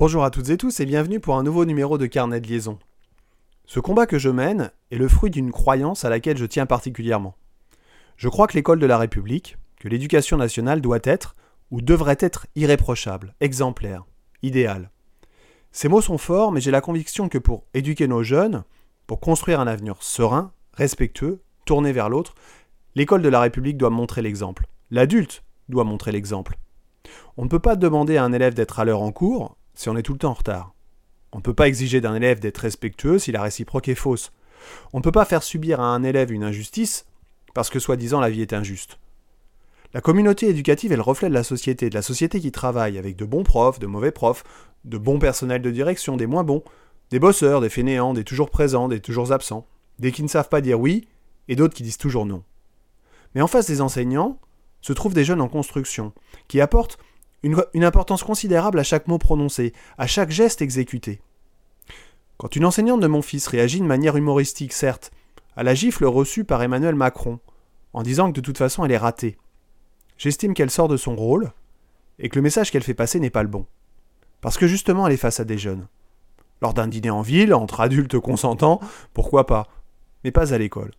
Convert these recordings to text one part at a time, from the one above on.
Bonjour à toutes et tous et bienvenue pour un nouveau numéro de Carnet de liaison. Ce combat que je mène est le fruit d'une croyance à laquelle je tiens particulièrement. Je crois que l'école de la République, que l'éducation nationale doit être, ou devrait être irréprochable, exemplaire, idéale. Ces mots sont forts, mais j'ai la conviction que pour éduquer nos jeunes, pour construire un avenir serein, respectueux, tourné vers l'autre, l'école de la République doit montrer l'exemple. L'adulte doit montrer l'exemple. On ne peut pas demander à un élève d'être à l'heure en cours si on est tout le temps en retard. On ne peut pas exiger d'un élève d'être respectueux si la réciproque est fausse. On ne peut pas faire subir à un élève une injustice parce que soi-disant la vie est injuste. La communauté éducative est le reflet de la société qui travaille avec de bons profs, de mauvais profs, de bons personnels de direction, des moins bons, des bosseurs, des fainéants, des toujours présents, des toujours absents, des qui ne savent pas dire oui et d'autres qui disent toujours non. Mais en face des enseignants se trouvent des jeunes en construction qui apportent une importance considérable à chaque mot prononcé, à chaque geste exécuté. Quand une enseignante de mon fils réagit de manière humoristique, certes, à la gifle reçue par Emmanuel Macron, en disant que de toute façon elle est ratée, j'estime qu'elle sort de son rôle et que le message qu'elle fait passer n'est pas le bon. Parce que justement elle est face à des jeunes. Lors d'un dîner en ville, entre adultes consentants, pourquoi pas, mais pas à l'école.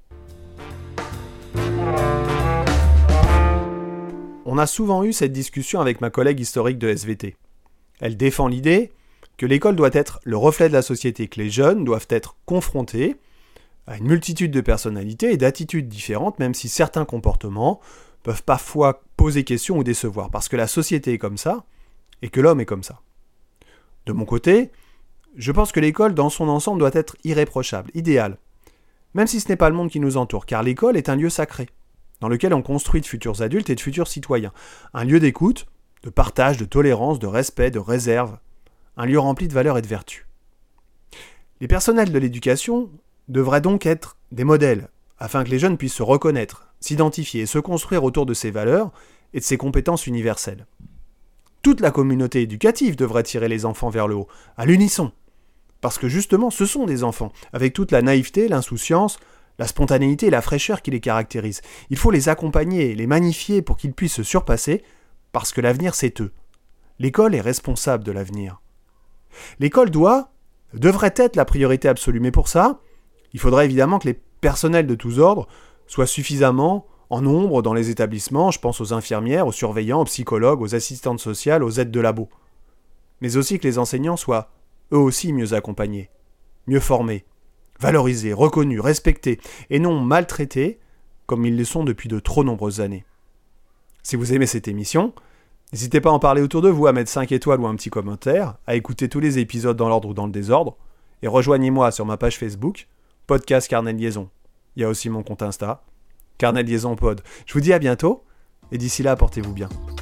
On a souvent eu cette discussion avec ma collègue historique de SVT. Elle défend l'idée que l'école doit être le reflet de la société, que les jeunes doivent être confrontés à une multitude de personnalités et d'attitudes différentes, même si certains comportements peuvent parfois poser question ou décevoir, parce que la société est comme ça et que l'homme est comme ça. De mon côté, je pense que l'école dans son ensemble doit être irréprochable, idéale, même si ce n'est pas le monde qui nous entoure, car l'école est un lieu sacré, dans lequel on construit de futurs adultes et de futurs citoyens. Un lieu d'écoute, de partage, de tolérance, de respect, de réserve. Un lieu rempli de valeurs et de vertus. Les personnels de l'éducation devraient donc être des modèles, afin que les jeunes puissent se reconnaître, s'identifier et se construire autour de ces valeurs et de ces compétences universelles. Toute la communauté éducative devrait tirer les enfants vers le haut, à l'unisson. Parce que justement, ce sont des enfants, avec toute la naïveté, l'insouciance, la spontanéité et la fraîcheur qui les caractérisent. Il faut les accompagner, les magnifier pour qu'ils puissent se surpasser, parce que l'avenir c'est eux. L'école est responsable de l'avenir. L'école devrait être la priorité absolue, mais pour ça, il faudrait évidemment que les personnels de tous ordres soient suffisamment en nombre dans les établissements, je pense aux infirmières, aux surveillants, aux psychologues, aux assistantes sociales, aux aides de labo. Mais aussi que les enseignants soient eux aussi mieux accompagnés, mieux formés, valorisés, reconnus, respectés, et non maltraités, comme ils le sont depuis de trop nombreuses années. Si vous aimez cette émission, n'hésitez pas à en parler autour de vous, à mettre 5 étoiles ou un petit commentaire, à écouter tous les épisodes dans l'ordre ou dans le désordre, et rejoignez-moi sur ma page Facebook, Podcast Carnet de liaison. Il y a aussi mon compte Insta, Carnet de liaison pod. Je vous dis à bientôt, et d'ici là, portez-vous bien.